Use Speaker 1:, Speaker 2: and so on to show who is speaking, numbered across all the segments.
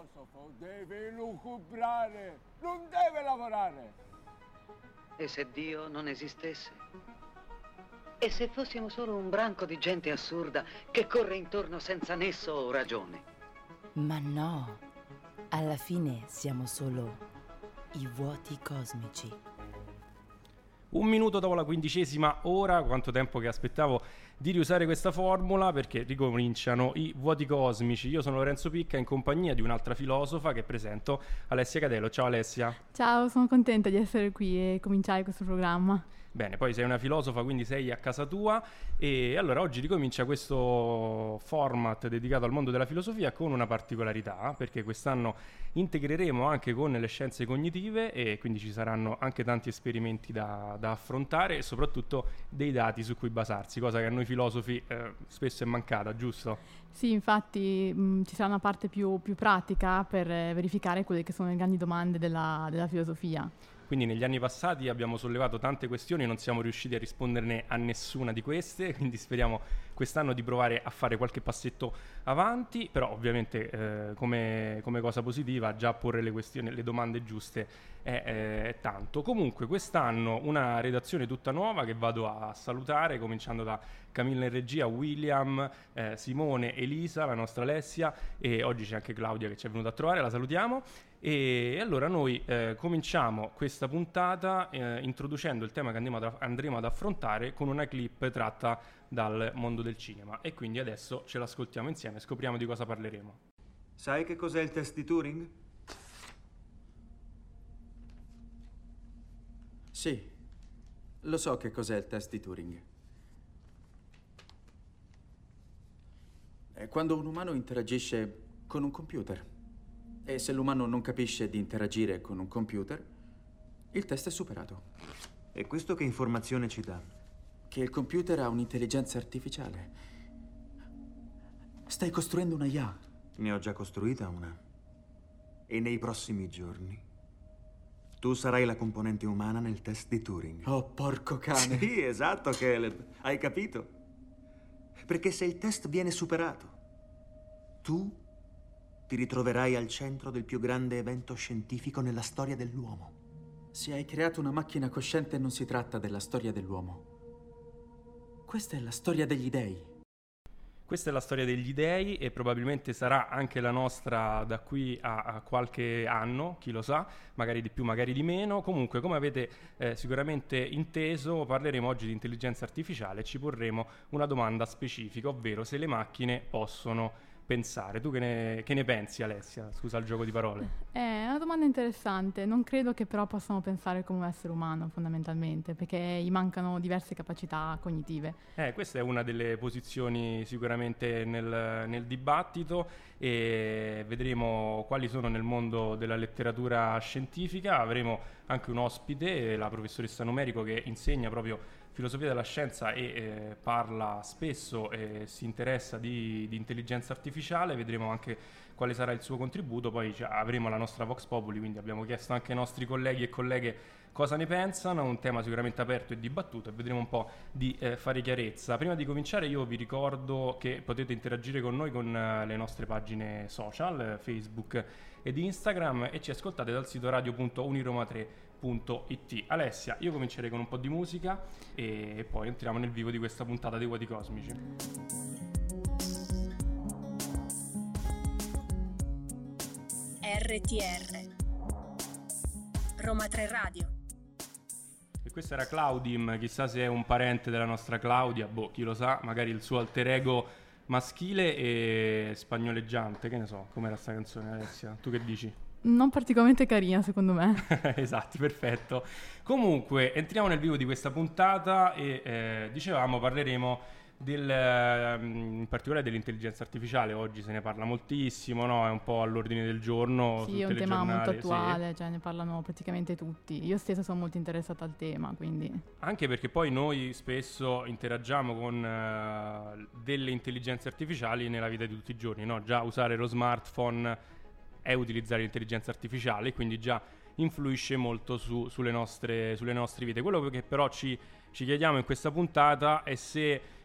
Speaker 1: filosofo deve lucubrare, non deve lavorare.
Speaker 2: E se Dio non esistesse? E se fossimo solo un branco di gente assurda che corre intorno senza nesso o ragione?
Speaker 3: Ma no, alla fine siamo solo i vuoti cosmici.
Speaker 4: Un minuto dopo la 15ª ora, quanto tempo che aspettavo di riusare questa formula, perché ricominciano i vuoti cosmici. Io sono Lorenzo Picca in compagnia di un'altra filosofa che presento, Alessia Cadello. Ciao Alessia.
Speaker 5: Ciao, sono contenta di essere qui e cominciare questo programma.
Speaker 4: Bene, poi sei una filosofa, quindi sei a casa tua, e allora oggi ricomincia questo format dedicato al mondo della filosofia con una particolarità, perché quest'anno integreremo anche con le scienze cognitive e quindi ci saranno anche tanti esperimenti da affrontare e soprattutto dei dati su cui basarsi, cosa che a noi filosofi spesso è mancata, giusto?
Speaker 5: Sì, infatti ci sarà una parte più pratica per verificare quelle che sono le grandi domande della filosofia.
Speaker 4: Quindi negli anni passati abbiamo sollevato tante questioni e non siamo riusciti a risponderne a nessuna di queste, quindi speriamo quest'anno di provare a fare qualche passetto avanti, però ovviamente come cosa positiva già porre le questioni, le domande giuste è tanto. Comunque quest'anno una redazione tutta nuova che vado a salutare, cominciando da Camilla in regia, William, Simone, Elisa, la nostra Alessia, e oggi c'è anche Claudia che ci è venuta a trovare, la salutiamo. E allora noi cominciamo questa puntata introducendo il tema che andremo ad affrontare con una clip tratta dal mondo del cinema, e quindi adesso ce l'ascoltiamo insieme e scopriamo di cosa parleremo.
Speaker 6: Sai che cos'è il test di Turing?
Speaker 7: Sì, lo so che cos'è il test di Turing. È quando un umano interagisce con un computer. E se l'umano non capisce di interagire con un computer, il test è superato.
Speaker 6: E questo che informazione ci dà?
Speaker 7: Che il computer ha un'intelligenza artificiale. Stai costruendo una IA.
Speaker 6: Ne ho già costruita una. E nei prossimi giorni tu sarai la componente umana nel test di Turing.
Speaker 7: Oh, porco cane.
Speaker 6: Sì, esatto, Caleb. Hai capito? Perché se il test viene superato, tu ti ritroverai al centro del più grande evento scientifico nella storia dell'uomo.
Speaker 7: Se hai creato una macchina cosciente non si tratta della storia dell'uomo. Questa è la storia degli dei.
Speaker 4: Questa è la storia degli dei e probabilmente sarà anche la nostra da qui a qualche anno, chi lo sa, magari di più, magari di meno. Comunque, come avete sicuramente inteso, parleremo oggi di intelligenza artificiale e ci porremo una domanda specifica, ovvero se le macchine possono pensare. Tu che ne pensi, Alessia? Scusa il gioco di parole.
Speaker 5: È una domanda interessante, non credo che però possano pensare come un essere umano fondamentalmente, perché gli mancano diverse capacità cognitive.
Speaker 4: Questa è una delle posizioni sicuramente nel dibattito, e vedremo quali sono nel mondo della letteratura scientifica. Avremo anche un ospite, la professoressa Numerico, che insegna proprio filosofia della scienza e parla spesso e si interessa di intelligenza artificiale. Vedremo anche quale sarà il suo contributo. Poi avremo la nostra Vox Populi, quindi abbiamo chiesto anche ai nostri colleghi e colleghe cosa ne pensano. Un tema sicuramente aperto e dibattuto, e vedremo un po' di fare chiarezza. Prima di cominciare io vi ricordo che potete interagire con noi con le nostre pagine social, Facebook ed Instagram, e ci ascoltate dal sito radio.uniroma3.it. Alessia, io comincerei con un po' di musica e poi entriamo nel vivo di questa puntata dei Vuoti Cosmici.
Speaker 8: RTR Roma 3 Radio.
Speaker 4: E questo era Claudim, chissà se è un parente della nostra Claudia, chi lo sa, magari il suo alter ego maschile e spagnoleggiante, che ne so. Com'era sta canzone, Alessia? Tu che dici?
Speaker 5: Non particolarmente carina, secondo me.
Speaker 4: Esatto, perfetto. Comunque, entriamo nel vivo di questa puntata e dicevamo parleremo in particolare dell'intelligenza artificiale. Oggi se ne parla moltissimo, no? È un po' all'ordine del giorno.
Speaker 5: Sì, è un tema molto attuale, cioè ne parlano praticamente tutti. Io stessa sono molto interessata al tema, quindi. Anche
Speaker 4: perché poi noi spesso interagiamo con delle intelligenze artificiali nella vita di tutti i giorni, no? Già usare lo smartphone è utilizzare l'intelligenza artificiale, quindi già influisce molto sulle nostre vite. Quello che però ci chiediamo in questa puntata è se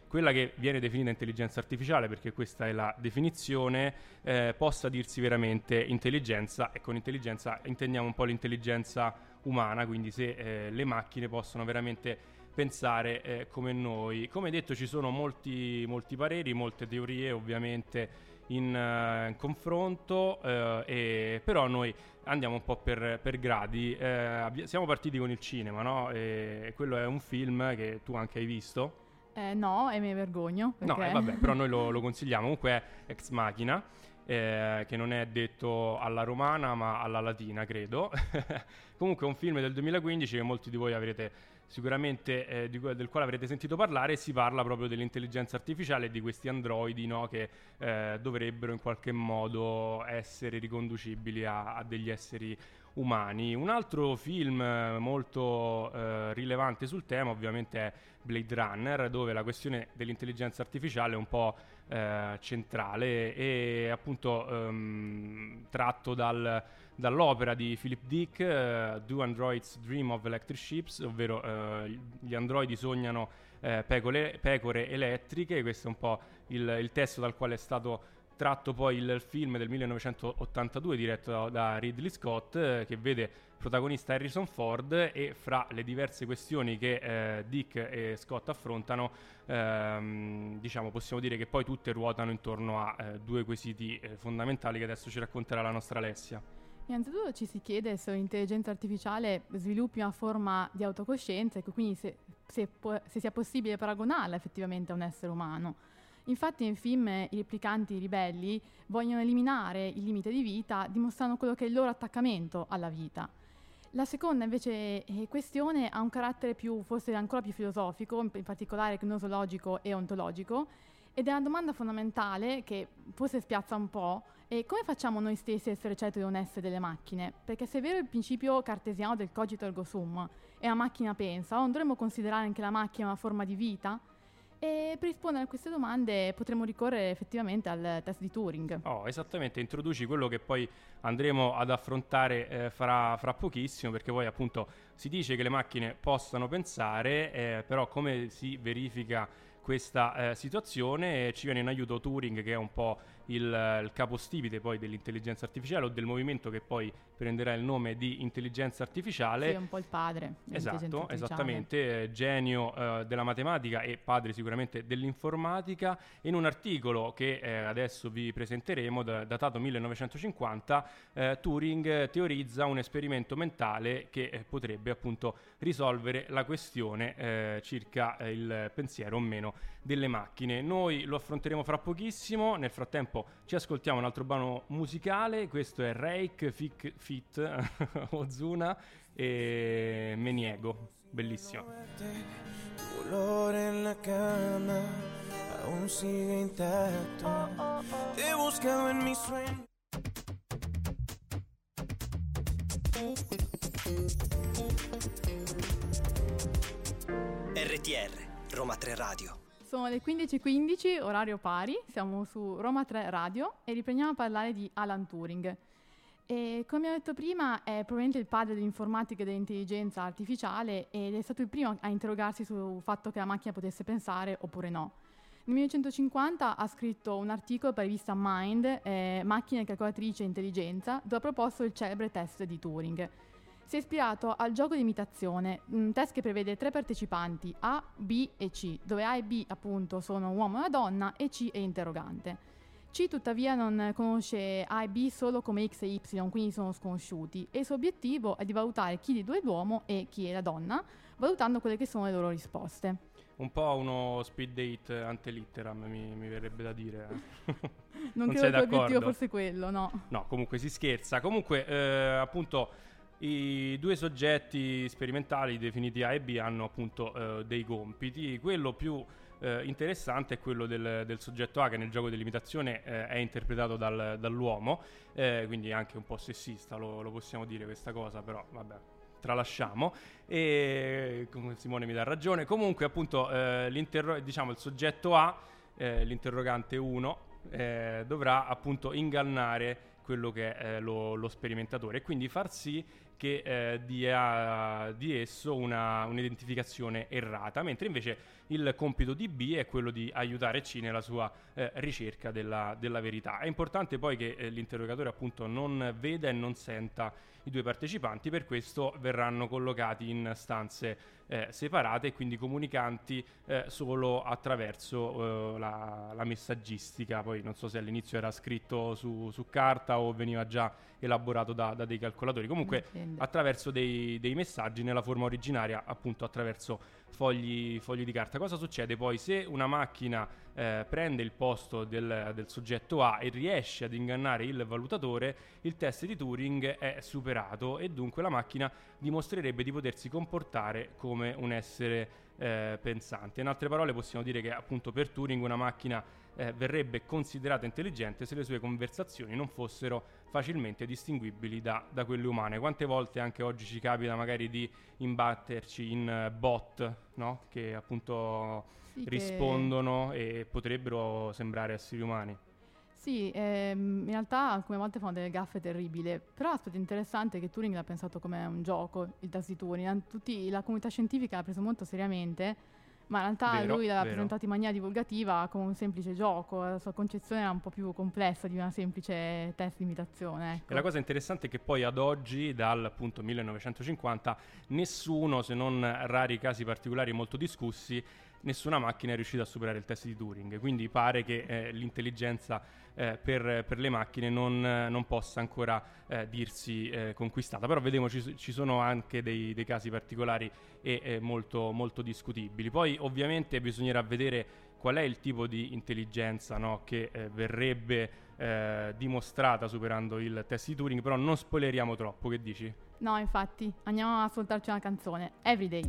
Speaker 4: quella che viene definita intelligenza artificiale, perché questa è la definizione, possa dirsi veramente intelligenza, e con intelligenza intendiamo un po' l'intelligenza umana, quindi se le macchine possono veramente pensare come noi. Come detto, ci sono molti pareri, molte teorie ovviamente in confronto, però noi andiamo un po' per gradi. Siamo partiti con il cinema, no? E quello è un film che tu anche hai visto.
Speaker 5: No, e me ne vergogno.
Speaker 4: No,
Speaker 5: perché-
Speaker 4: vabbè, però noi lo consigliamo. Comunque è Ex Machina, che non è detto alla romana ma alla latina, credo. Comunque è un film del 2015 che molti di voi avrete sicuramente, del quale avrete sentito parlare. Si parla proprio dell'intelligenza artificiale e di questi androidi, no, che dovrebbero in qualche modo essere riconducibili a degli esseri umani. Un altro film molto rilevante sul tema ovviamente è Blade Runner, dove la questione dell'intelligenza artificiale è un po' centrale, e appunto tratto dall'opera di Philip Dick, Do Androids Dream of Electric Ships, ovvero gli androidi sognano pecore elettriche. Questo è un po' il testo dal quale è stato tratto poi il film del 1982 diretto da Ridley Scott, che vede protagonista Harrison Ford, e fra le diverse questioni che Dick e Scott affrontano, diciamo, possiamo dire che poi tutte ruotano intorno a due quesiti fondamentali che adesso ci racconterà la nostra Alessia.
Speaker 5: Innanzitutto ci si chiede se l'intelligenza artificiale sviluppi una forma di autocoscienza e quindi se sia possibile paragonarla effettivamente a un essere umano. Infatti nel film i replicanti ribelli vogliono eliminare il limite di vita, dimostrando quello che è il loro attaccamento alla vita. La seconda invece questione ha un carattere forse ancora più filosofico, in particolare gnosologico e ontologico, ed è una domanda fondamentale che forse spiazza un po': e come facciamo noi stessi a essere certi di non essere delle macchine? Perché se è vero il principio cartesiano del cogito ergo sum e la macchina pensa, non dovremmo considerare anche la macchina una forma di vita? E per rispondere a queste domande potremmo ricorrere effettivamente al test di Turing.
Speaker 4: Oh, esattamente, introduci quello che poi andremo ad affrontare fra pochissimo, perché poi appunto si dice che le macchine possano pensare, però come si verifica questa situazione? Ci viene in aiuto Turing, che è un po' il capostipite poi dell'intelligenza artificiale, o del movimento che poi prenderà il nome di intelligenza artificiale.
Speaker 5: Sì, è un po' il padre dell'intelligenza
Speaker 4: Esatto,
Speaker 5: artificiale.
Speaker 4: esattamente, genio della matematica e padre sicuramente dell'informatica. In un articolo che adesso vi presenteremo, datato 1950, Turing teorizza un esperimento mentale che potrebbe appunto risolvere la questione circa il pensiero o meno delle macchine. Noi lo affronteremo fra pochissimo. Nel frattempo ci ascoltiamo un altro brano musicale. Questo è Reik Fit Ozuna e Me Niego, bellissimo.
Speaker 9: Tu olor en la cama aún sigue intacto. Te he buscado en mis sueños.
Speaker 10: RTR, Roma 3 Radio.
Speaker 5: Sono le 15:15, orario pari, siamo su Roma 3 Radio e riprendiamo a parlare di Alan Turing. E come ho detto prima, è probabilmente il padre dell'informatica e dell'intelligenza artificiale, ed è stato il primo a interrogarsi sul fatto che la macchina potesse pensare oppure no. Nel 1950 ha scritto un articolo per la rivista Mind, Macchine, calcolatrice e intelligenza, dove ha proposto il celebre test di Turing. Si è ispirato al gioco di imitazione, un test che prevede 3 partecipanti, A, B e C, dove A e B appunto sono uomo e una donna e C è interrogante. C tuttavia non conosce A e B solo come X e Y, quindi sono sconosciuti, e il suo obiettivo è di valutare chi di due è l'uomo e chi è la donna, valutando quelle che sono le loro risposte.
Speaker 4: Un po' uno speed date ante litteram, mi verrebbe da dire.
Speaker 5: Non
Speaker 4: sei
Speaker 5: credo che l'obiettivo
Speaker 4: d'accordo?
Speaker 5: fosse quello, no.
Speaker 4: No, comunque si scherza. Comunque, appunto, i due soggetti sperimentali definiti A e B hanno appunto dei compiti. Quello più interessante è quello del soggetto A, che nel gioco dell'imitazione è interpretato dall'uomo, quindi è anche un po' sessista, lo possiamo dire questa cosa, però vabbè, tralasciamo. E Simone mi dà ragione. Comunque appunto diciamo il soggetto A, l'interrogante 1, dovrà appunto ingannare quello che è lo sperimentatore, e quindi far sì che dia di esso un'identificazione errata, mentre invece il compito di B è quello di aiutare C nella sua ricerca della verità. È importante poi che l'interrogatore appunto non veda e non senta i due partecipanti, per questo verranno collocati in stanze separate e quindi comunicanti solo attraverso la messaggistica. Poi non so se all'inizio era scritto su carta o veniva già elaborato da dei calcolatori, comunque attraverso dei messaggi nella forma originaria, appunto attraverso fogli di carta. Cosa succede poi se una macchina prende il posto del soggetto A e riesce ad ingannare il valutatore? Il test di Turing è superato e dunque la macchina dimostrerebbe di potersi comportare come un essere pensante. In altre parole possiamo dire che appunto per Turing una macchina verrebbe considerata intelligente se le sue conversazioni non fossero facilmente distinguibili da quelle umane. Quante volte anche oggi ci capita magari di imbatterci in bot, no? Che appunto rispondono e potrebbero sembrare esseri umani.
Speaker 5: Sì, in realtà alcune volte fanno delle gaffe terribili, però l'aspetto interessante è che Turing l'ha pensato come un gioco, il test di Turing. La comunità scientifica l'ha preso molto seriamente, ma in realtà lui l'aveva presentato in maniera divulgativa come un semplice gioco. La sua concezione era un po' più complessa di una semplice test di imitazione. Ecco.
Speaker 4: E la cosa interessante è che poi ad oggi, dal appunto 1950, nessuno, se non rari casi particolari molto discussi, nessuna macchina è riuscita a superare il test di Turing, quindi pare che l'intelligenza per le macchine non possa ancora dirsi conquistata, però vedremo, ci sono anche dei casi particolari e molto, molto discutibili. Poi ovviamente bisognerà vedere qual è il tipo di intelligenza, no, che verrebbe dimostrata superando il test di Turing, però non spoileriamo troppo, che dici?
Speaker 5: No, infatti, andiamo a ascoltarci una canzone, Everyday.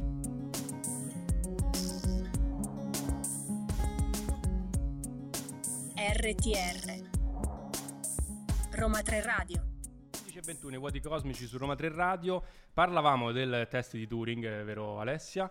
Speaker 8: RTR Roma 3 Radio.
Speaker 4: 11:21, Vuoti Cosmici su Roma 3 Radio. Parlavamo del test di Turing, vero Alessia?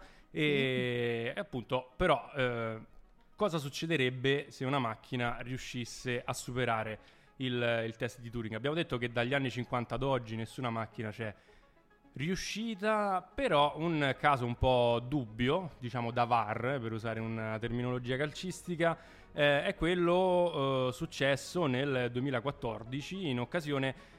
Speaker 4: E appunto, però, cosa succederebbe se una macchina riuscisse a superare il test di Turing? Abbiamo detto che dagli anni 50 ad oggi nessuna macchina c'è riuscita, però un caso un po' dubbio, diciamo da VAR, per usare una terminologia calcistica, è quello successo nel 2014 in occasione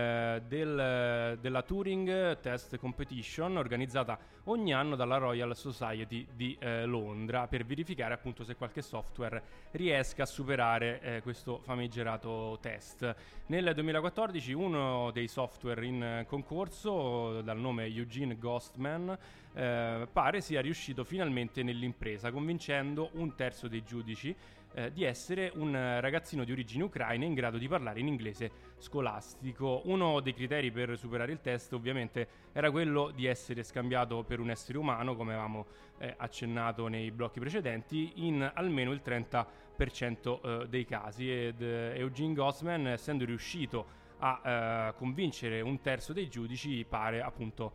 Speaker 4: della Turing Test Competition, organizzata ogni anno dalla Royal Society di Londra, per verificare appunto se qualche software riesca a superare questo famigerato test. Nel 2014 uno dei software in concorso, dal nome Eugene Gostman, pare sia riuscito finalmente nell'impresa, convincendo un terzo dei giudici di essere un ragazzino di origini ucraine in grado di parlare in inglese scolastico. Uno dei criteri per superare il test ovviamente era quello di essere scambiato per un essere umano, come avevamo accennato nei blocchi precedenti, in almeno il 30% dei casi, ed Eugene Gostman, essendo riuscito a convincere un terzo dei giudici, pare appunto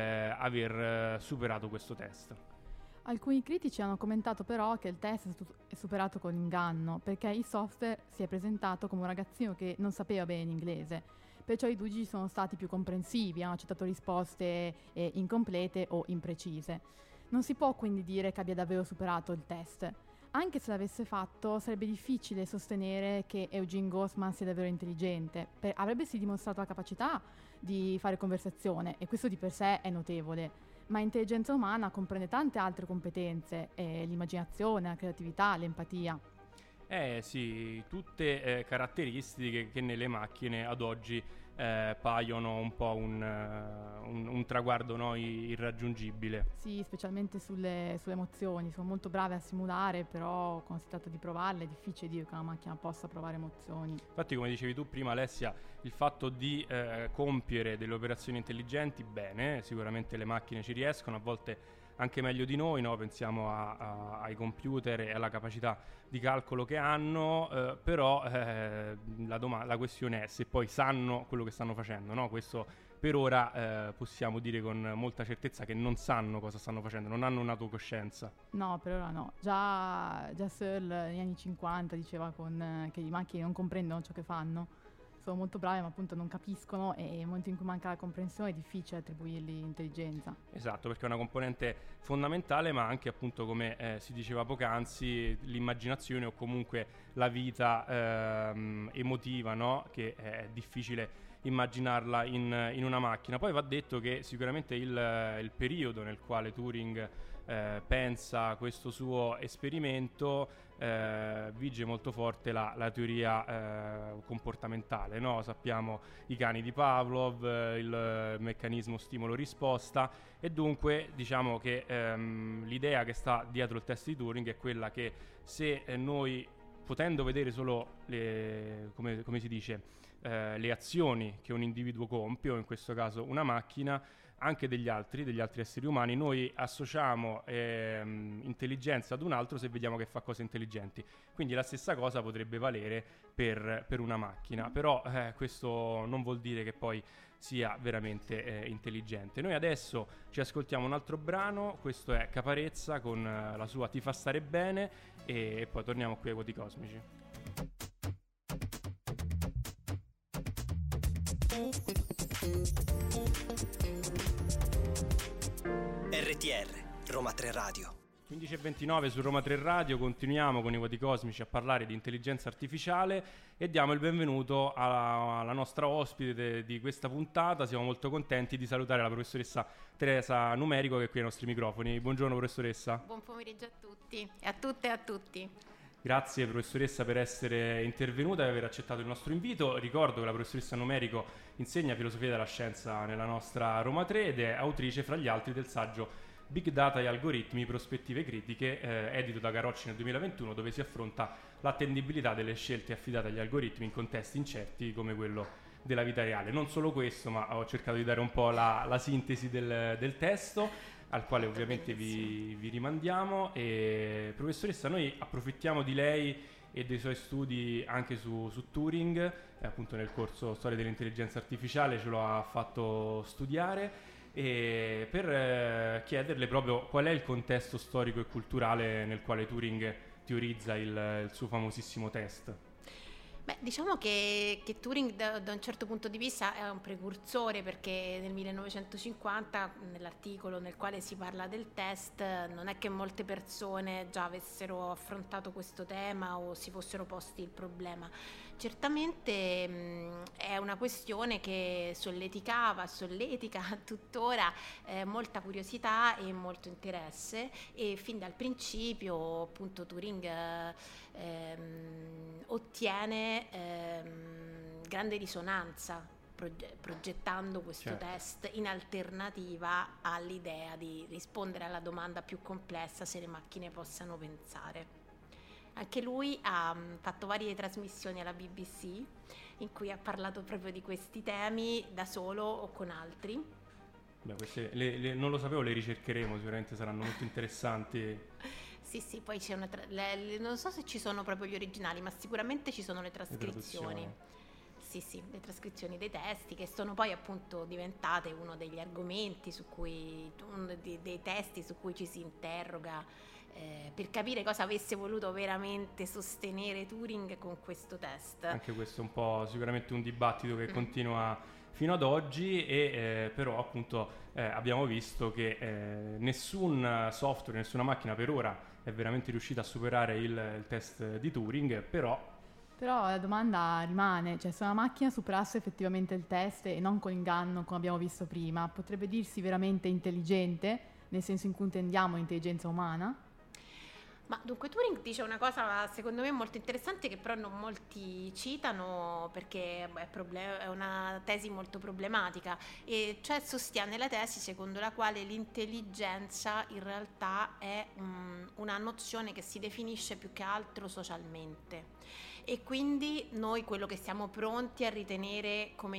Speaker 4: aver superato questo test.
Speaker 5: Alcuni critici hanno commentato però che il test è superato con inganno, perché il software si è presentato come un ragazzino che non sapeva bene l'inglese, perciò i giudici sono stati più comprensivi, hanno accettato risposte incomplete o imprecise. Non si può quindi dire che abbia davvero superato il test. Anche se l'avesse fatto, sarebbe difficile sostenere che Eugene Gostman sia davvero intelligente. Avrebbe sì dimostrato la capacità di fare conversazione, e questo di per sé è notevole. Ma l'intelligenza umana comprende tante altre competenze, l'immaginazione, la creatività, l'empatia.
Speaker 4: Sì, tutte caratteristiche che nelle macchine ad oggi paiono un po' un traguardo, no, irraggiungibile.
Speaker 5: Sì, specialmente sulle emozioni. Sono molto brave a simulare, però quando si tratta di provarle è difficile dire che una macchina possa provare emozioni.
Speaker 4: Infatti, come dicevi tu prima, Alessia, il fatto di compiere delle operazioni intelligenti, bene, sicuramente le macchine ci riescono, a volte anche meglio di noi, no? Pensiamo ai computer e alla capacità di calcolo che hanno, però la questione è se poi sanno quello che stanno facendo, no? Questo per ora possiamo dire con molta certezza che non sanno cosa stanno facendo, non hanno un'autocoscienza.
Speaker 5: No, per ora no. Già Searle negli anni 50 diceva che le macchine non comprendono ciò che fanno. sono molto bravi ma appunto non capiscono, e nel momento in cui manca la comprensione è difficile attribuirgli intelligenza.
Speaker 4: Esatto, perché è una componente fondamentale, ma anche appunto come si diceva poc'anzi, l'immaginazione o comunque la vita emotiva, no? Che è difficile immaginarla in una macchina. Poi va detto che sicuramente il periodo nel quale Turing pensa questo suo esperimento vige molto forte la teoria comportamentale, no? Sappiamo i cani di Pavlov, il meccanismo stimolo-risposta, e dunque diciamo che l'idea che sta dietro il test di Turing è quella che se noi, potendo vedere solo come si dice, le azioni che un individuo compie, o in questo caso una macchina, anche degli altri esseri umani, noi associamo intelligenza ad un altro se vediamo che fa cose intelligenti. Quindi la stessa cosa potrebbe valere per una macchina, però questo non vuol dire che poi sia veramente intelligente. Noi adesso ci ascoltiamo un altro brano, questo è Caparezza con la sua Ti fa stare bene, e poi torniamo qui ai Vuoti Cosmici.
Speaker 10: RTR, Roma 3 Radio.
Speaker 4: 15:29 su Roma 3 Radio, continuiamo con i Vuoti Cosmici a parlare di intelligenza artificiale e diamo il benvenuto alla nostra ospite di questa puntata. Siamo molto contenti di salutare la professoressa Teresa Numerico, che è qui ai nostri microfoni. Buongiorno professoressa.
Speaker 11: Buon pomeriggio a tutti e a tutte e a tutti.
Speaker 4: Grazie professoressa per essere intervenuta e aver accettato il nostro invito. Ricordo che la professoressa Numerico insegna filosofia della scienza nella nostra Roma 3 ed è autrice, fra gli altri, del saggio Big Data e algoritmi, prospettive critiche, edito da Carocci nel 2021, dove si affronta l'attendibilità delle scelte affidate agli algoritmi in contesti incerti come quello della vita reale. Non solo questo, ma ho cercato di dare un po' la sintesi del testo, al quale ovviamente vi rimandiamo. E professoressa, noi approfittiamo di lei e dei suoi studi anche su Turing, appunto nel corso Storia dell'intelligenza artificiale ce lo ha fatto studiare, e per chiederle proprio qual è il contesto storico e culturale nel quale Turing teorizza il suo famosissimo test.
Speaker 11: Beh, diciamo che Turing da un certo punto di vista è un precursore, perché nel 1950, nell'articolo nel quale si parla del test, non è che molte persone già avessero affrontato questo tema o si fossero posti il problema. Certamente è una questione che solletica tuttora molta curiosità e molto interesse, e fin dal principio appunto Turing ottiene grande risonanza progettando questo test in alternativa all'idea di rispondere alla domanda più complessa se le macchine possano pensare. Anche lui ha fatto varie trasmissioni alla BBC in cui ha parlato proprio di questi temi da solo o con altri.
Speaker 4: Beh, queste non lo sapevo, le ricercheremo, sicuramente saranno molto interessanti.
Speaker 11: Sì, poi c'è non so se ci sono proprio gli originali, ma sicuramente ci sono le trascrizioni. Sì, le trascrizioni dei testi, che sono poi appunto diventate uno degli argomenti uno dei testi su cui ci si interroga per capire cosa avesse voluto veramente sostenere Turing con questo test.
Speaker 4: Anche questo è un po' sicuramente un dibattito che continua fino ad oggi, e però appunto abbiamo visto che nessun software, nessuna macchina per ora è veramente riuscita a superare il test di Turing, però
Speaker 5: la domanda rimane, cioè se una macchina superasse effettivamente il test e non con inganno come abbiamo visto prima, potrebbe dirsi veramente intelligente, nel senso in cui intendiamo intelligenza umana?
Speaker 11: Ma dunque Turing dice una cosa secondo me molto interessante, che però non molti citano perché è una tesi molto problematica, e cioè sostiene la tesi secondo la quale l'intelligenza in realtà è una nozione che si definisce più che altro socialmente, e quindi noi quello che siamo pronti a ritenere come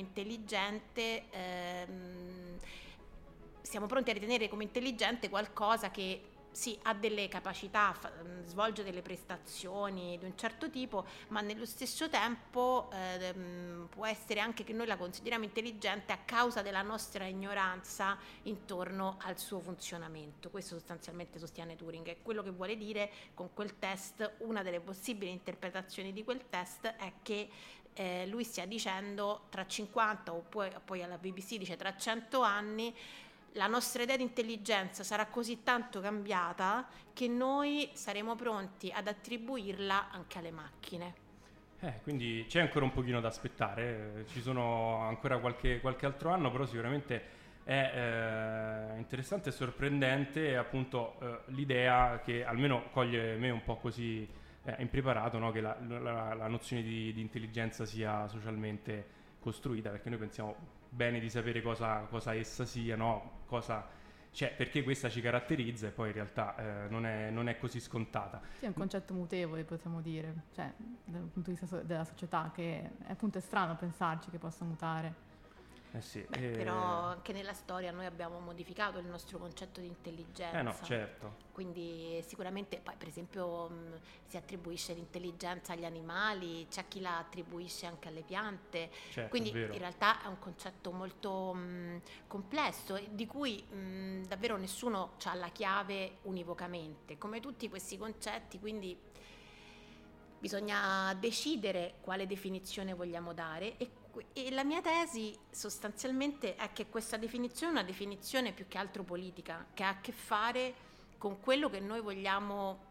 Speaker 11: intelligente siamo pronti a ritenere come intelligente qualcosa che sì, ha delle capacità, svolge delle prestazioni di un certo tipo, ma nello stesso tempo può essere anche che noi la consideriamo intelligente a causa della nostra ignoranza intorno al suo funzionamento. Questo sostanzialmente sostiene Turing, e quello che vuole dire con quel test, una delle possibili interpretazioni di quel test è che lui stia dicendo tra 50 o poi alla BBC dice tra 100 anni la nostra idea di intelligenza sarà così tanto cambiata che noi saremo pronti ad attribuirla anche alle macchine.
Speaker 4: Quindi c'è ancora un pochino da aspettare, ci sono ancora qualche altro anno, però sicuramente è interessante e sorprendente appunto l'idea che almeno coglie me un po' così impreparato, no? Che la nozione di intelligenza sia socialmente costruita, perché noi pensiamo bene di sapere cosa essa sia, no? Perché questa ci caratterizza, e poi in realtà non è così scontata.
Speaker 5: Sì, è un concetto mutevole, possiamo dire, cioè dal punto di vista della società, che appunto è strano pensarci che possa mutare.
Speaker 4: Sì,
Speaker 11: però anche nella storia noi abbiamo modificato il nostro concetto di intelligenza.
Speaker 4: No, certo.
Speaker 11: Quindi sicuramente poi per esempio si attribuisce l'intelligenza agli animali, c'è chi la attribuisce anche alle piante,
Speaker 4: certo,
Speaker 11: quindi in realtà è un concetto molto complesso, di cui davvero nessuno ha la chiave univocamente. Come tutti questi concetti, quindi bisogna decidere quale definizione vogliamo dare, e la mia tesi sostanzialmente è che questa definizione è una definizione più che altro politica, che ha a che fare con quello che noi vogliamo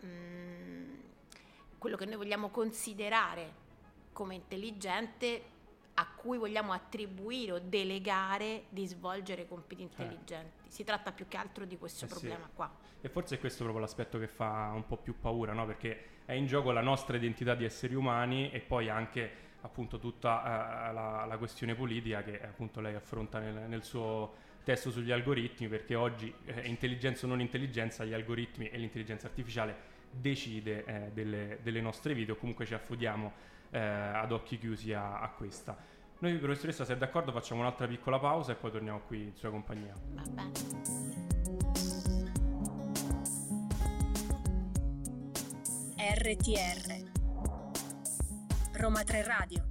Speaker 11: considerare come intelligente, a cui vogliamo attribuire o delegare di svolgere compiti intelligenti. Si tratta più che altro di questo problema qua.
Speaker 4: E forse è questo proprio l'aspetto che fa un po' più paura, no? Perché è in gioco la nostra identità di esseri umani, e poi anche appunto tutta la questione politica che appunto lei affronta nel suo testo sugli algoritmi, perché oggi intelligenza o non intelligenza, gli algoritmi e l'intelligenza artificiale decide delle nostre vite, o comunque ci affodiamo ad occhi chiusi a questa. Noi, professoressa, se è d'accordo, facciamo un'altra piccola pausa e poi torniamo qui in sua compagnia.
Speaker 11: Va bene.
Speaker 8: RTR Roma 3 Radio.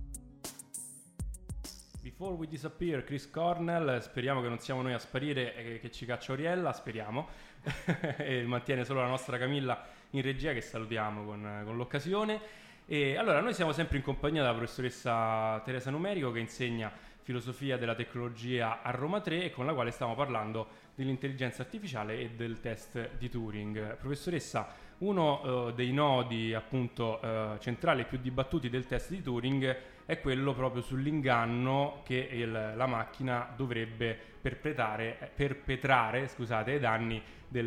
Speaker 4: Before We Disappear, Chris Cornell. Speriamo che non siamo noi a sparire e che ci caccia Oriella, speriamo. E mantiene solo la nostra Camilla in regia, che salutiamo con l'occasione. E allora, noi siamo sempre in compagnia della professoressa Teresa Numerico, che insegna filosofia della tecnologia a Roma 3 e con la quale stiamo parlando dell'intelligenza artificiale e del test di Turing. Professoressa, uno dei nodi appunto centrali e più dibattuti del test di Turing è quello proprio sull'inganno che la macchina dovrebbe perpetrare ai danni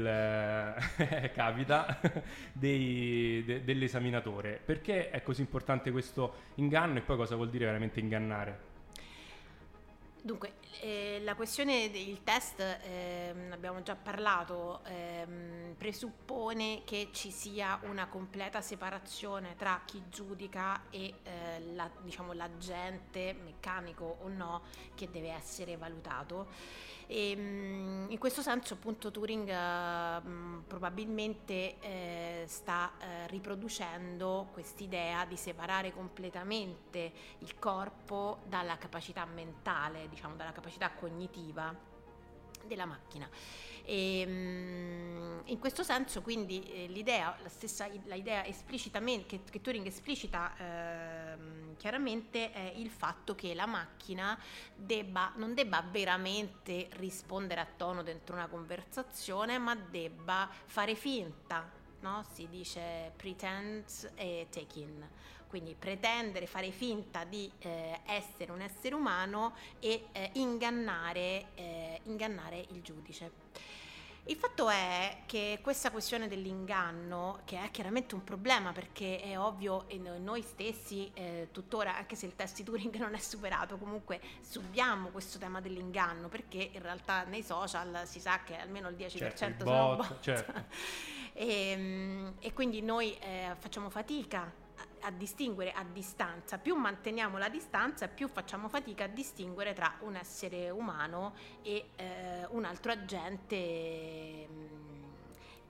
Speaker 4: dell'esaminatore. Perché è così importante questo inganno, e poi cosa vuol dire veramente ingannare?
Speaker 11: Dunque, la questione del test, abbiamo già parlato, presuppone che ci sia una completa separazione tra chi giudica e l'agente, meccanico o no, che deve essere valutato. E, in questo senso appunto Turing probabilmente sta riproducendo quest'idea di separare completamente il corpo dalla capacità mentale, dalla capacità cognitiva della macchina. E, in questo senso quindi l'idea esplicitamente che Turing esplicita chiaramente è il fatto che la macchina non debba veramente rispondere a tono dentro una conversazione, ma debba fare finta, no? Si dice pretend e take in, quindi pretendere, fare finta di essere un essere umano e ingannare il giudice. Il fatto è che questa questione dell'inganno, che è chiaramente un problema perché è ovvio, e noi stessi tuttora, anche se il test di Turing non è superato, comunque subiamo questo tema dell'inganno, perché in realtà nei social si sa che almeno il 10% sono bot.
Speaker 4: Certo.
Speaker 11: E quindi noi facciamo fatica a distinguere a distanza, più manteniamo la distanza, più facciamo fatica a distinguere tra un essere umano e un altro agente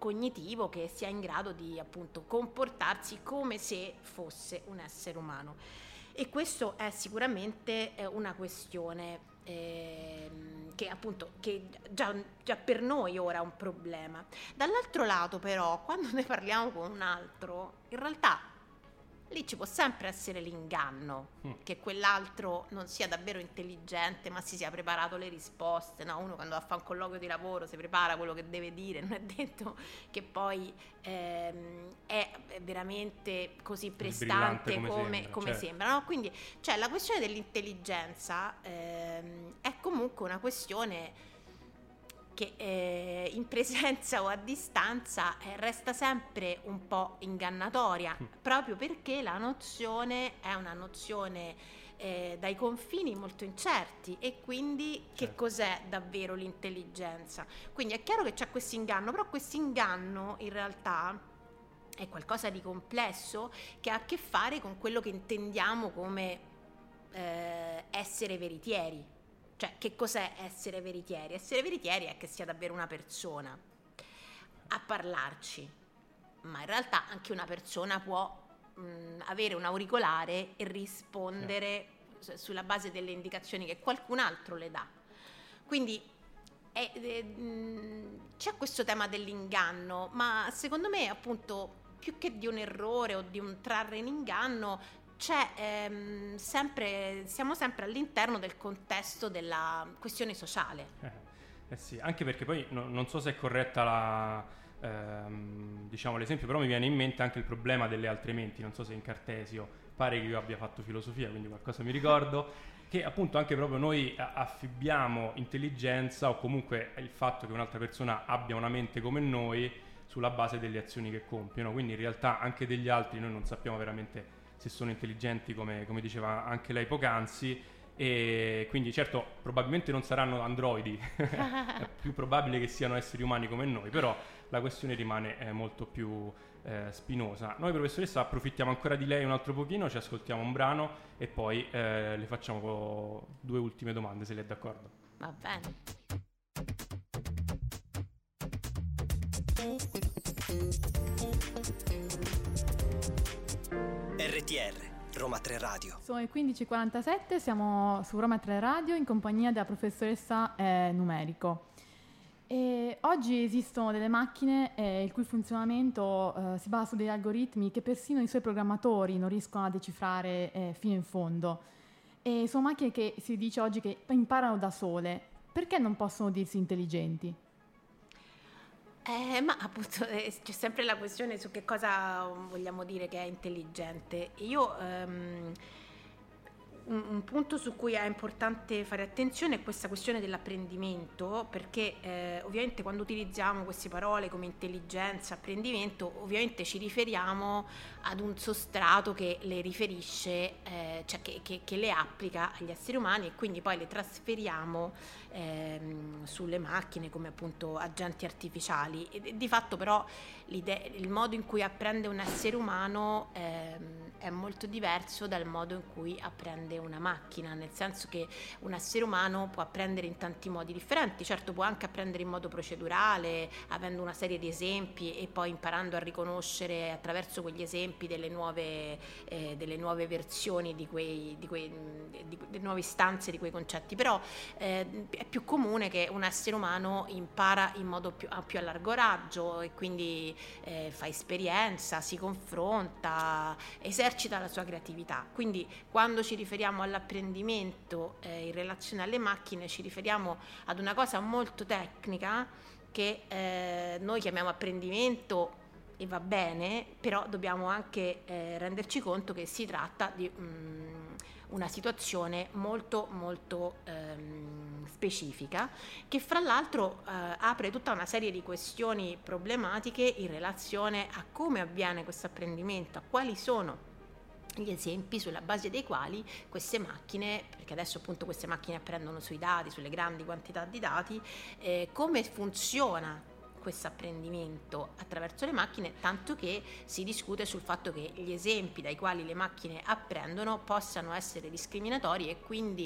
Speaker 11: cognitivo che sia in grado di appunto comportarsi come se fosse un essere umano. E questo è sicuramente una questione che appunto che già per noi ora è un problema. Dall'altro lato però, quando ne parliamo con un altro, in realtà lì ci può sempre essere l'inganno che quell'altro non sia davvero intelligente, ma si sia preparato le risposte, no? Uno quando va a fare un colloquio di lavoro si prepara quello che deve dire, non è detto che poi è veramente così prestante come sembra, no? Quindi cioè, la questione dell'intelligenza è comunque una questione che in presenza o a distanza resta sempre un po' ingannatoria, proprio perché la nozione è una nozione dai confini molto incerti, e quindi che cos'è davvero l'intelligenza? Quindi è chiaro che c'è questo inganno, però questo inganno in realtà è qualcosa di complesso che ha a che fare con quello che intendiamo come essere veritieri. Cioè, che cos'è essere veritieri? Essere veritieri è che sia davvero una persona a parlarci, ma in realtà anche una persona può avere un auricolare e rispondere sulla base delle indicazioni che qualcun altro le dà. Quindi c'è questo tema dell'inganno, ma secondo me appunto più che di un errore o di un trarre in inganno siamo sempre all'interno del contesto della questione sociale.
Speaker 4: Sì, anche perché poi non so se è corretta diciamo l'esempio, però mi viene in mente anche il problema delle altre menti. Non so se in Cartesio, pare che io abbia fatto filosofia, quindi qualcosa mi ricordo, che appunto anche proprio noi affibbiamo intelligenza o comunque il fatto che un'altra persona abbia una mente come noi sulla base delle azioni che compiono, quindi in realtà anche degli altri noi non sappiamo veramente se sono intelligenti, come diceva anche lei poc'anzi, e quindi certo probabilmente non saranno androidi, è più probabile che siano esseri umani come noi, però la questione rimane molto più spinosa. Noi, professoressa, approfittiamo ancora di lei un altro pochino, ci ascoltiamo un brano e poi le facciamo 2 ultime domande, se lei è d'accordo.
Speaker 11: Va bene.
Speaker 10: RTR, Roma 3 Radio.
Speaker 5: Sono le 15:47, siamo su Roma 3 Radio in compagnia della professoressa Numerico. E oggi esistono delle macchine il cui funzionamento si basa su degli algoritmi che persino i suoi programmatori non riescono a decifrare fino in fondo. E sono macchine che si dice oggi che imparano da sole. Perché non possono dirsi intelligenti?
Speaker 11: Ma appunto c'è sempre la questione su che cosa vogliamo dire che è intelligente. Io un punto su cui è importante fare attenzione è questa questione dell'apprendimento, perché ovviamente quando utilizziamo queste parole come intelligenza, apprendimento, ovviamente ci riferiamo ad un sostrato che le riferisce, cioè che le applica agli esseri umani, e quindi poi le trasferiamo sulle macchine come appunto agenti artificiali. E di fatto però il modo in cui apprende un essere umano è molto diverso dal modo in cui apprende una macchina, nel senso che un essere umano può apprendere in tanti modi differenti. Certo, può anche apprendere in modo procedurale, avendo una serie di esempi e poi imparando a riconoscere attraverso quegli esempi delle nuove versioni delle nuove istanze di quei concetti. Però è più comune che un essere umano impara in modo più a largo raggio, e quindi fa esperienza, si confronta, esercita la sua creatività. Quindi quando ci riferiamo all'apprendimento in relazione alle macchine, ci riferiamo ad una cosa molto tecnica che noi chiamiamo apprendimento, e va bene, però dobbiamo anche renderci conto che si tratta di una situazione molto molto specifica, che fra l'altro apre tutta una serie di questioni problematiche in relazione a come avviene questo apprendimento, a quali sono gli esempi sulla base dei quali queste macchine, perché adesso appunto queste macchine apprendono sui dati, sulle grandi quantità di dati, come funziona questo apprendimento attraverso le macchine, tanto che si discute sul fatto che gli esempi dai quali le macchine apprendono possano essere discriminatori e quindi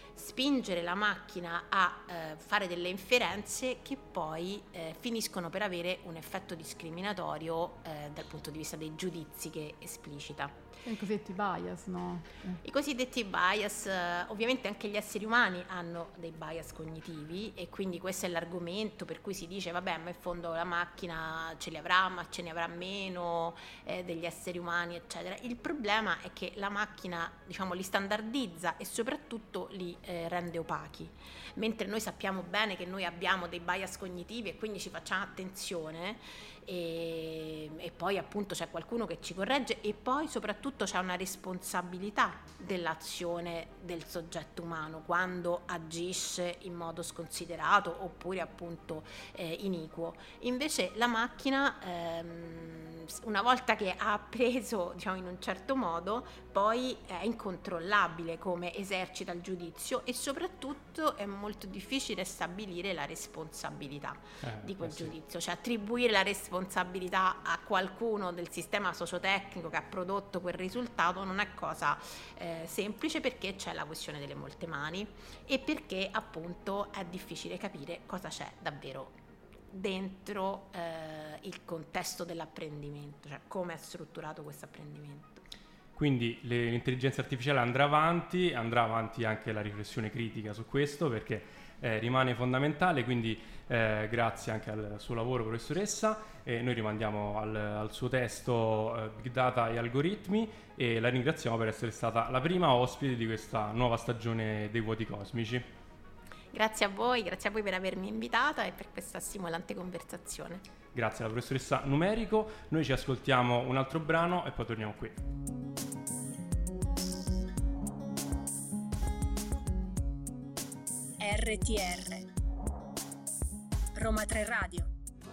Speaker 11: spingere la macchina a fare delle inferenze che poi finiscono per avere un effetto discriminatorio dal punto di vista dei giudizi che esplicita.
Speaker 5: I cosiddetti bias, no?
Speaker 11: I cosiddetti bias, ovviamente anche gli esseri umani hanno dei bias cognitivi, e quindi questo è l'argomento per cui si dice vabbè, ma in fondo la macchina ce li avrà, ma ce ne avrà meno degli esseri umani, eccetera. Il problema è che la macchina, diciamo, li standardizza e soprattutto li rende opachi, mentre noi sappiamo bene che noi abbiamo dei bias cognitivi e quindi ci facciamo attenzione, e poi appunto c'è qualcuno che ci corregge, e poi soprattutto c'è una responsabilità dell'azione del soggetto umano quando agisce in modo sconsiderato oppure appunto iniquo. Invece la macchina, una volta che ha appreso, diciamo, in un certo modo, poi è incontrollabile come esercita il giudizio, e soprattutto è molto difficile stabilire la responsabilità di quel giudizio, cioè attribuire la responsabilità a qualcuno del sistema sociotecnico che ha prodotto quel risultato non è cosa semplice, perché c'è la questione delle molte mani e perché appunto è difficile capire cosa c'è davvero dentro il contesto dell'apprendimento, cioè come è strutturato questo apprendimento.
Speaker 4: Quindi l'intelligenza artificiale andrà avanti anche la riflessione critica su questo, perché rimane fondamentale, quindi grazie anche al suo lavoro, professoressa, noi rimandiamo al suo testo Big Data e Algoritmi, e la ringraziamo per essere stata la prima ospite di questa nuova stagione dei Vuoti Cosmici.
Speaker 11: Grazie a voi per avermi invitata e per questa stimolante conversazione.
Speaker 4: Grazie alla professoressa Numerico, noi ci ascoltiamo un altro brano e poi torniamo qui.
Speaker 8: RTR Roma 3 Radio.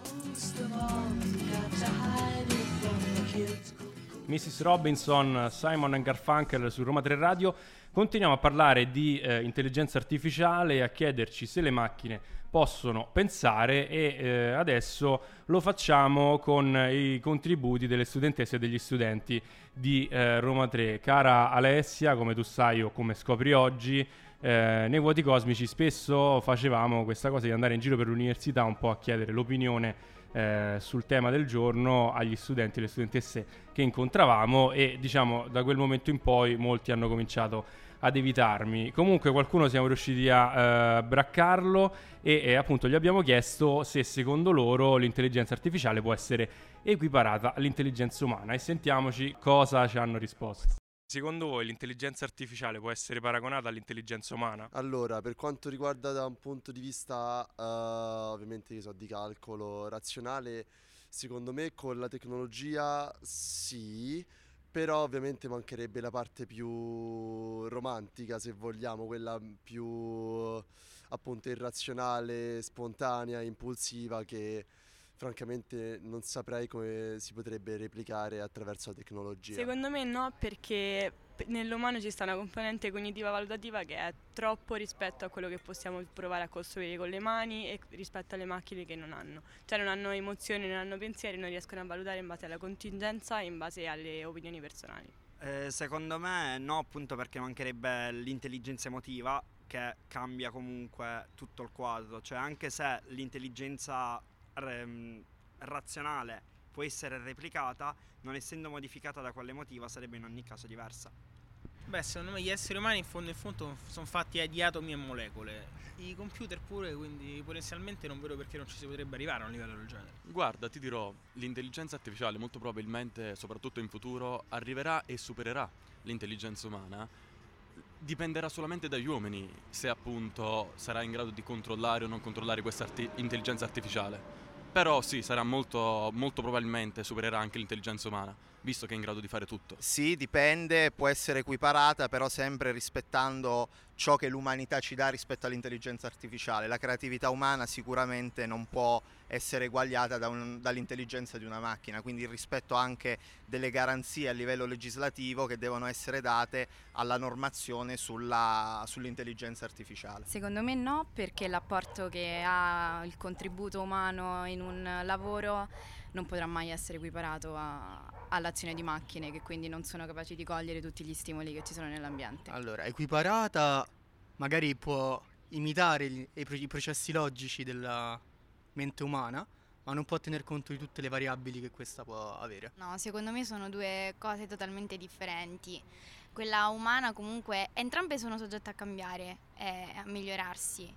Speaker 4: Mrs. Robinson, Simon & Garfunkel su Roma 3 Radio. Continuiamo a parlare di intelligenza artificiale e a chiederci se le macchine possono pensare, e adesso lo facciamo con i contributi delle studentesse e degli studenti di Roma 3. Cara Alessia, come tu sai o come scopri oggi, nei Vuoti Cosmici spesso facevamo questa cosa di andare in giro per l'università un po' a chiedere l'opinione sul tema del giorno agli studenti e alle studentesse che incontravamo, e diciamo da quel momento in poi molti hanno cominciato ad evitarmi. Comunque qualcuno siamo riusciti a braccarlo e appunto gli abbiamo chiesto se secondo loro l'intelligenza artificiale può essere equiparata all'intelligenza umana, e sentiamoci cosa ci hanno risposto. Secondo voi l'intelligenza artificiale può essere paragonata all'intelligenza umana?
Speaker 12: Allora, per quanto riguarda da un punto di vista ovviamente di calcolo razionale, secondo me con la tecnologia sì, però ovviamente mancherebbe la parte più romantica, se vogliamo, quella più appunto irrazionale, spontanea, impulsiva, che francamente non saprei come si potrebbe replicare attraverso la tecnologia.
Speaker 13: Secondo me no, perché nell'umano ci sta una componente cognitiva valutativa che è troppo rispetto a quello che possiamo provare a costruire con le mani e rispetto alle macchine che non hanno. Cioè non hanno emozioni, non hanno pensieri, non riescono a valutare in base alla contingenza e in base alle opinioni personali.
Speaker 14: Secondo me no, appunto perché mancherebbe l'intelligenza emotiva, che cambia comunque tutto il quadro. Cioè anche se l'intelligenza razionale può essere replicata, non essendo modificata da quella emotiva sarebbe in ogni caso diversa.
Speaker 15: Beh, secondo me gli esseri umani in fondo sono fatti di atomi e molecole, i computer pure, quindi potenzialmente non vedo perché non ci si potrebbe arrivare a un livello del genere.
Speaker 16: Guarda, ti dirò, l'intelligenza artificiale molto probabilmente, soprattutto in futuro, arriverà e supererà l'intelligenza umana. Dipenderà solamente dagli uomini se appunto sarà in grado di controllare o non controllare questa intelligenza artificiale. Però sì, sarà molto probabilmente supererà anche l'intelligenza umana, visto che è in grado di fare tutto.
Speaker 17: Sì, dipende, può essere equiparata, però sempre rispettando ciò che l'umanità ci dà rispetto all'intelligenza artificiale. La creatività umana sicuramente non può essere eguagliata dall'intelligenza di una macchina, quindi il rispetto anche delle garanzie a livello legislativo che devono essere date alla normazione sull'intelligenza artificiale.
Speaker 18: Secondo me no, perché l'apporto che ha il contributo umano in un lavoro non potrà mai essere equiparato all'azione di macchine che quindi non sono capaci di cogliere tutti gli stimoli che ci sono nell'ambiente.
Speaker 19: Allora, equiparata magari può imitare i processi logici della mente umana, ma non può tener conto di tutte le variabili che questa può avere.
Speaker 18: No, secondo me sono due cose totalmente differenti. Quella umana comunque, entrambe sono soggette a cambiare e a migliorarsi,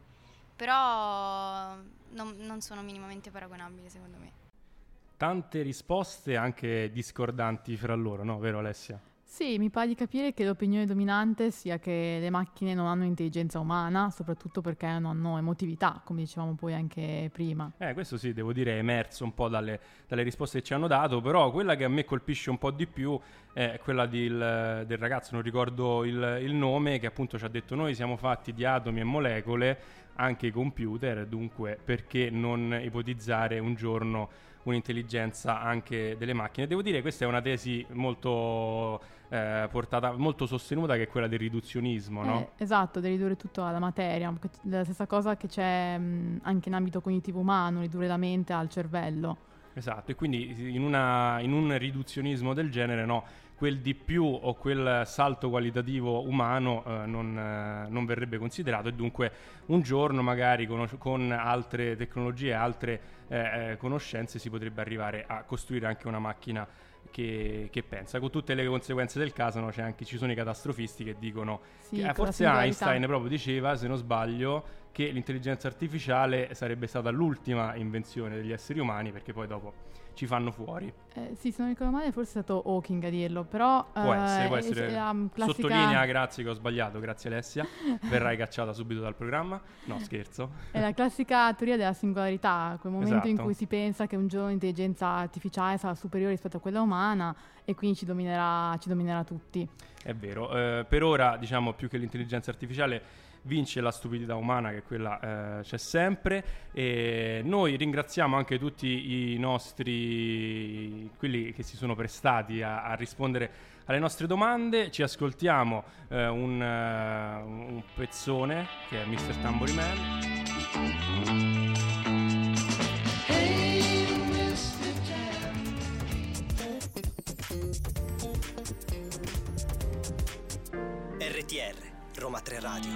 Speaker 18: però non sono minimamente paragonabili secondo me.
Speaker 4: Tante risposte anche discordanti fra loro, no? Vero Alessia?
Speaker 5: Sì, mi pare di capire che l'opinione dominante sia che le macchine non hanno intelligenza umana, soprattutto perché non hanno emotività, come dicevamo poi anche prima.
Speaker 4: Questo sì, devo dire, è emerso un po' dalle risposte che ci hanno dato, però quella che a me colpisce un po' di più è quella del ragazzo, non ricordo il nome, che appunto ci ha detto: noi siamo fatti di atomi e molecole, anche i computer, dunque perché non ipotizzare un giorno un'intelligenza anche delle macchine? Devo dire, questa è una tesi molto portata, molto sostenuta, che è quella del riduzionismo, no?
Speaker 5: Esatto, di ridurre tutto alla materia, la stessa cosa che c'è anche in ambito cognitivo umano, ridurre la mente al cervello.
Speaker 4: Esatto, e quindi in un riduzionismo del genere, no, quel di più o quel salto qualitativo umano non verrebbe considerato, e dunque un giorno magari con altre tecnologie, altre conoscenze, si potrebbe arrivare a costruire anche una macchina che pensa, con tutte le conseguenze del caso, no? Ci sono i catastrofisti che dicono che forse Einstein proprio diceva, se non sbaglio, che l'intelligenza artificiale sarebbe stata l'ultima invenzione degli esseri umani, perché poi dopo ci fanno fuori.
Speaker 5: Sì, se non ricordo male forse è stato Hawking a dirlo, però
Speaker 4: può essere.
Speaker 5: Classica...
Speaker 4: Sottolinea, grazie che ho sbagliato, grazie Alessia, verrai cacciata subito dal programma. No, scherzo.
Speaker 5: È la classica teoria della singolarità, quel momento in cui si pensa che un giorno l'intelligenza artificiale sarà superiore rispetto a quella umana e quindi ci dominerà tutti. È
Speaker 4: vero, per ora, diciamo, più che l'intelligenza artificiale vince la stupidità umana, che quella c'è sempre, e noi ringraziamo anche tutti i nostri, quelli che si sono prestati a rispondere alle nostre domande. Ci ascoltiamo un pezzone che è Mr. Tambourine Man.
Speaker 10: RTR Roma 3 Radio.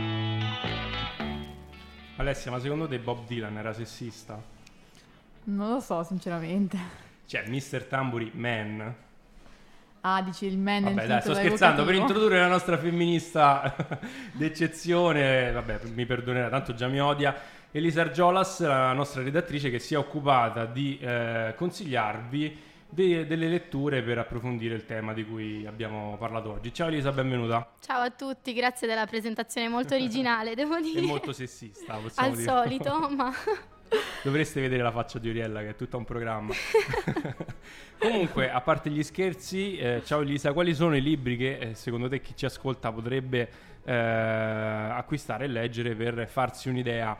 Speaker 4: Alessia, ma secondo te Bob Dylan era sessista?
Speaker 5: Non lo so, sinceramente.
Speaker 4: Cioè, Mr. Tambourine Man.
Speaker 5: Ah, dici il man nel
Speaker 4: titolo. Vabbè, dai, sto scherzando, per introdurre la nostra femminista d'eccezione, vabbè, mi perdonerà, tanto già mi odia, Elisa Argiolas, la nostra redattrice, che si è occupata di consigliarvi delle letture per approfondire il tema di cui abbiamo parlato oggi. Ciao Elisa, benvenuta.
Speaker 20: Ciao a tutti, grazie della presentazione molto originale, devo dire.
Speaker 4: E molto sessista, possiamo dire.
Speaker 20: Al solito, ma...
Speaker 4: Dovreste vedere la faccia di Oriella, che è tutto un programma. Comunque, a parte gli scherzi, ciao Elisa, quali sono i libri che secondo te chi ci ascolta potrebbe acquistare e leggere per farsi un'idea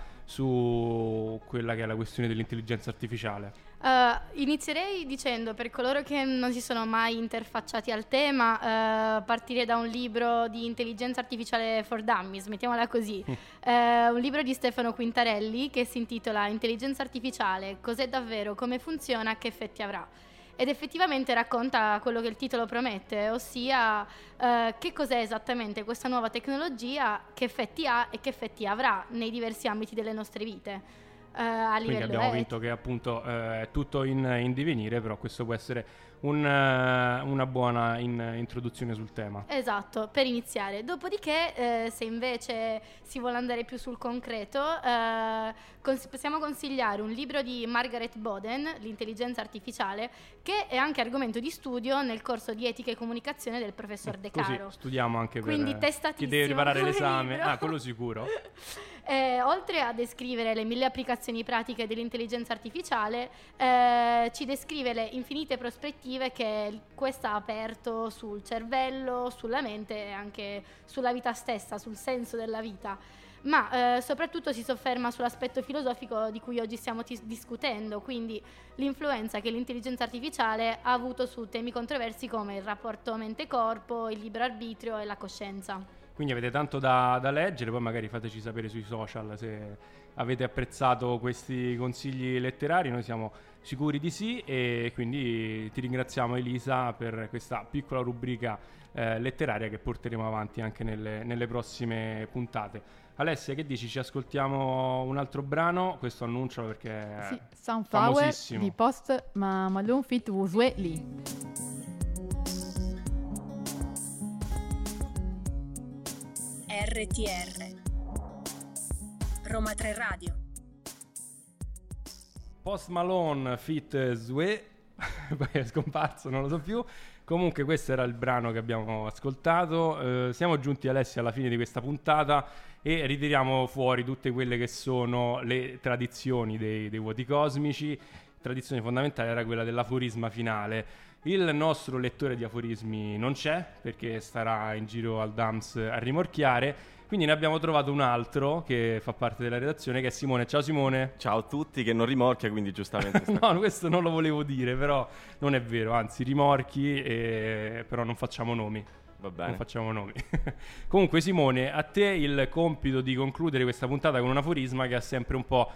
Speaker 4: su quella che è la questione dell'intelligenza artificiale?
Speaker 20: Inizierei dicendo, per coloro che non si sono mai interfacciati al tema, partire da un libro di intelligenza artificiale for dummies, mettiamola così. Un libro di Stefano Quintarelli che si intitola Intelligenza artificiale, cos'è davvero, come funziona, che effetti avrà. Ed effettivamente racconta quello che il titolo promette, ossia che cos'è esattamente questa nuova tecnologia, che effetti ha e che effetti avrà nei diversi ambiti delle nostre vite.
Speaker 4: Quindi abbiamo vinto che appunto è tutto in divenire, però questo può essere una buona introduzione sul tema.
Speaker 20: Esatto, per iniziare. Dopodiché, se invece si vuole andare più sul concreto, possiamo consigliare un libro di Margaret Boden, L'intelligenza artificiale, che è anche argomento di studio nel corso di etica e comunicazione del professor De Caro.
Speaker 4: Così studiamo anche
Speaker 20: quindi
Speaker 4: per chi deve preparare l'esame.
Speaker 20: Libro.
Speaker 4: Quello sicuro.
Speaker 20: Oltre a descrivere le 1000 applicazioni pratiche dell'intelligenza artificiale, ci descrive le infinite prospettive che questa ha aperto sul cervello, sulla mente e anche sulla vita stessa, sul senso della vita. Ma soprattutto si sofferma sull'aspetto filosofico di cui oggi stiamo discutendo, quindi l'influenza che l'intelligenza artificiale ha avuto su temi controversi come il rapporto mente-corpo, il libero arbitrio e la coscienza.
Speaker 4: Quindi avete tanto da leggere, poi magari fateci sapere sui social se avete apprezzato questi consigli letterari, noi siamo sicuri di sì, e quindi ti ringraziamo Elisa per questa piccola rubrica letteraria che porteremo avanti anche nelle prossime puntate. Alessia, che dici? Ci ascoltiamo un altro brano? Questo annuncialo perché è
Speaker 5: Sunflower
Speaker 4: famosissimo.
Speaker 5: di Post Malone feat. Wuzue Lee.
Speaker 8: RTR Roma 3 Radio.
Speaker 4: Post Malone feat. Zue, poi è scomparso, non lo so più. Comunque questo era il brano che abbiamo ascoltato. Siamo giunti, Alessia, alla fine di questa puntata e ritiriamo fuori tutte quelle che sono le tradizioni dei vuoti cosmici. Tradizione fondamentale era quella dell'aforisma finale. Il nostro lettore di aforismi non c'è perché starà in giro al DAMS a rimorchiare, quindi ne abbiamo trovato un altro che fa parte della redazione, che è Simone. Ciao Simone.
Speaker 21: Ciao a tutti, che non rimorchia, quindi giustamente
Speaker 4: No, questo non lo volevo dire, però non è vero, anzi rimorchi, però non facciamo nomi.
Speaker 21: Va bene.
Speaker 4: Non facciamo nomi. Comunque Simone, a te il compito di concludere questa puntata con un aforisma che ha sempre un po'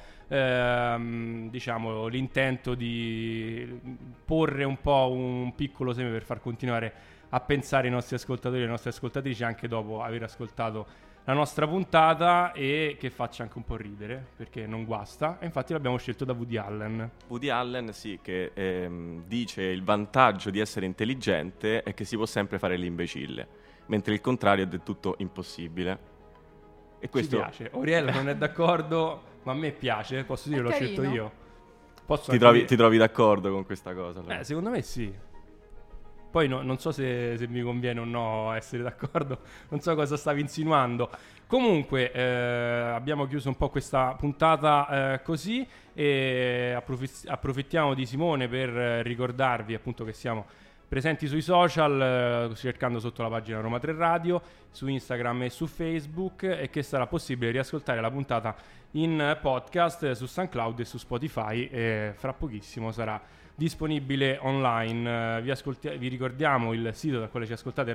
Speaker 4: diciamo l'intento di porre un po' un piccolo seme per far continuare a pensare i nostri ascoltatori e le nostre ascoltatrici anche dopo aver ascoltato la nostra puntata, e che faccia anche un po' ridere perché non guasta, e infatti l'abbiamo scelto da Woody Allen.
Speaker 21: Woody Allen, sì, che dice il vantaggio di essere intelligente è che si può sempre fare l'imbecille, mentre il contrario è del tutto impossibile. E questo
Speaker 4: ci piace. Oriella non è d'accordo, ma a me piace, posso dire, l'ho scelto io.
Speaker 21: Ti trovi d'accordo con questa cosa? Allora?
Speaker 4: Secondo me sì. Poi non so se mi conviene o no essere d'accordo, non so cosa stavi insinuando. Comunque abbiamo chiuso un po' questa puntata così, e approfittiamo di Simone per ricordarvi appunto che siamo presenti sui social, cercando sotto la pagina Roma 3 Radio, su Instagram e su Facebook, e che sarà possibile riascoltare la puntata in podcast su SoundCloud e su Spotify, e fra pochissimo sarà disponibile online. Vi ricordiamo il sito dal quale ci ascoltate,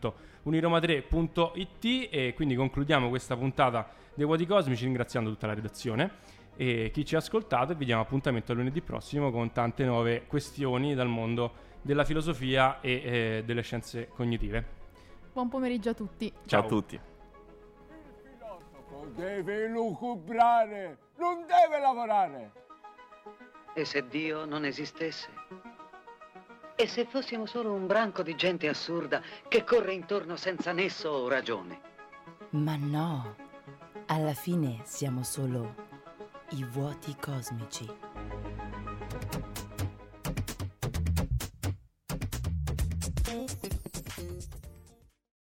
Speaker 4: radio.uniroma3.it, e quindi concludiamo questa puntata dei Vuoti Cosmici ringraziando tutta la redazione e chi ci ha ascoltato, e vi diamo appuntamento a lunedì prossimo con tante nuove questioni dal mondo della filosofia e delle scienze cognitive.
Speaker 5: Buon pomeriggio a tutti.
Speaker 21: Ciao a tutti.
Speaker 1: Il filosofo deve lucubrare, non deve lavorare.
Speaker 2: E se Dio non esistesse? E se fossimo solo un branco di gente assurda che corre intorno senza nesso o ragione?
Speaker 3: Ma no, alla fine siamo solo i vuoti cosmici.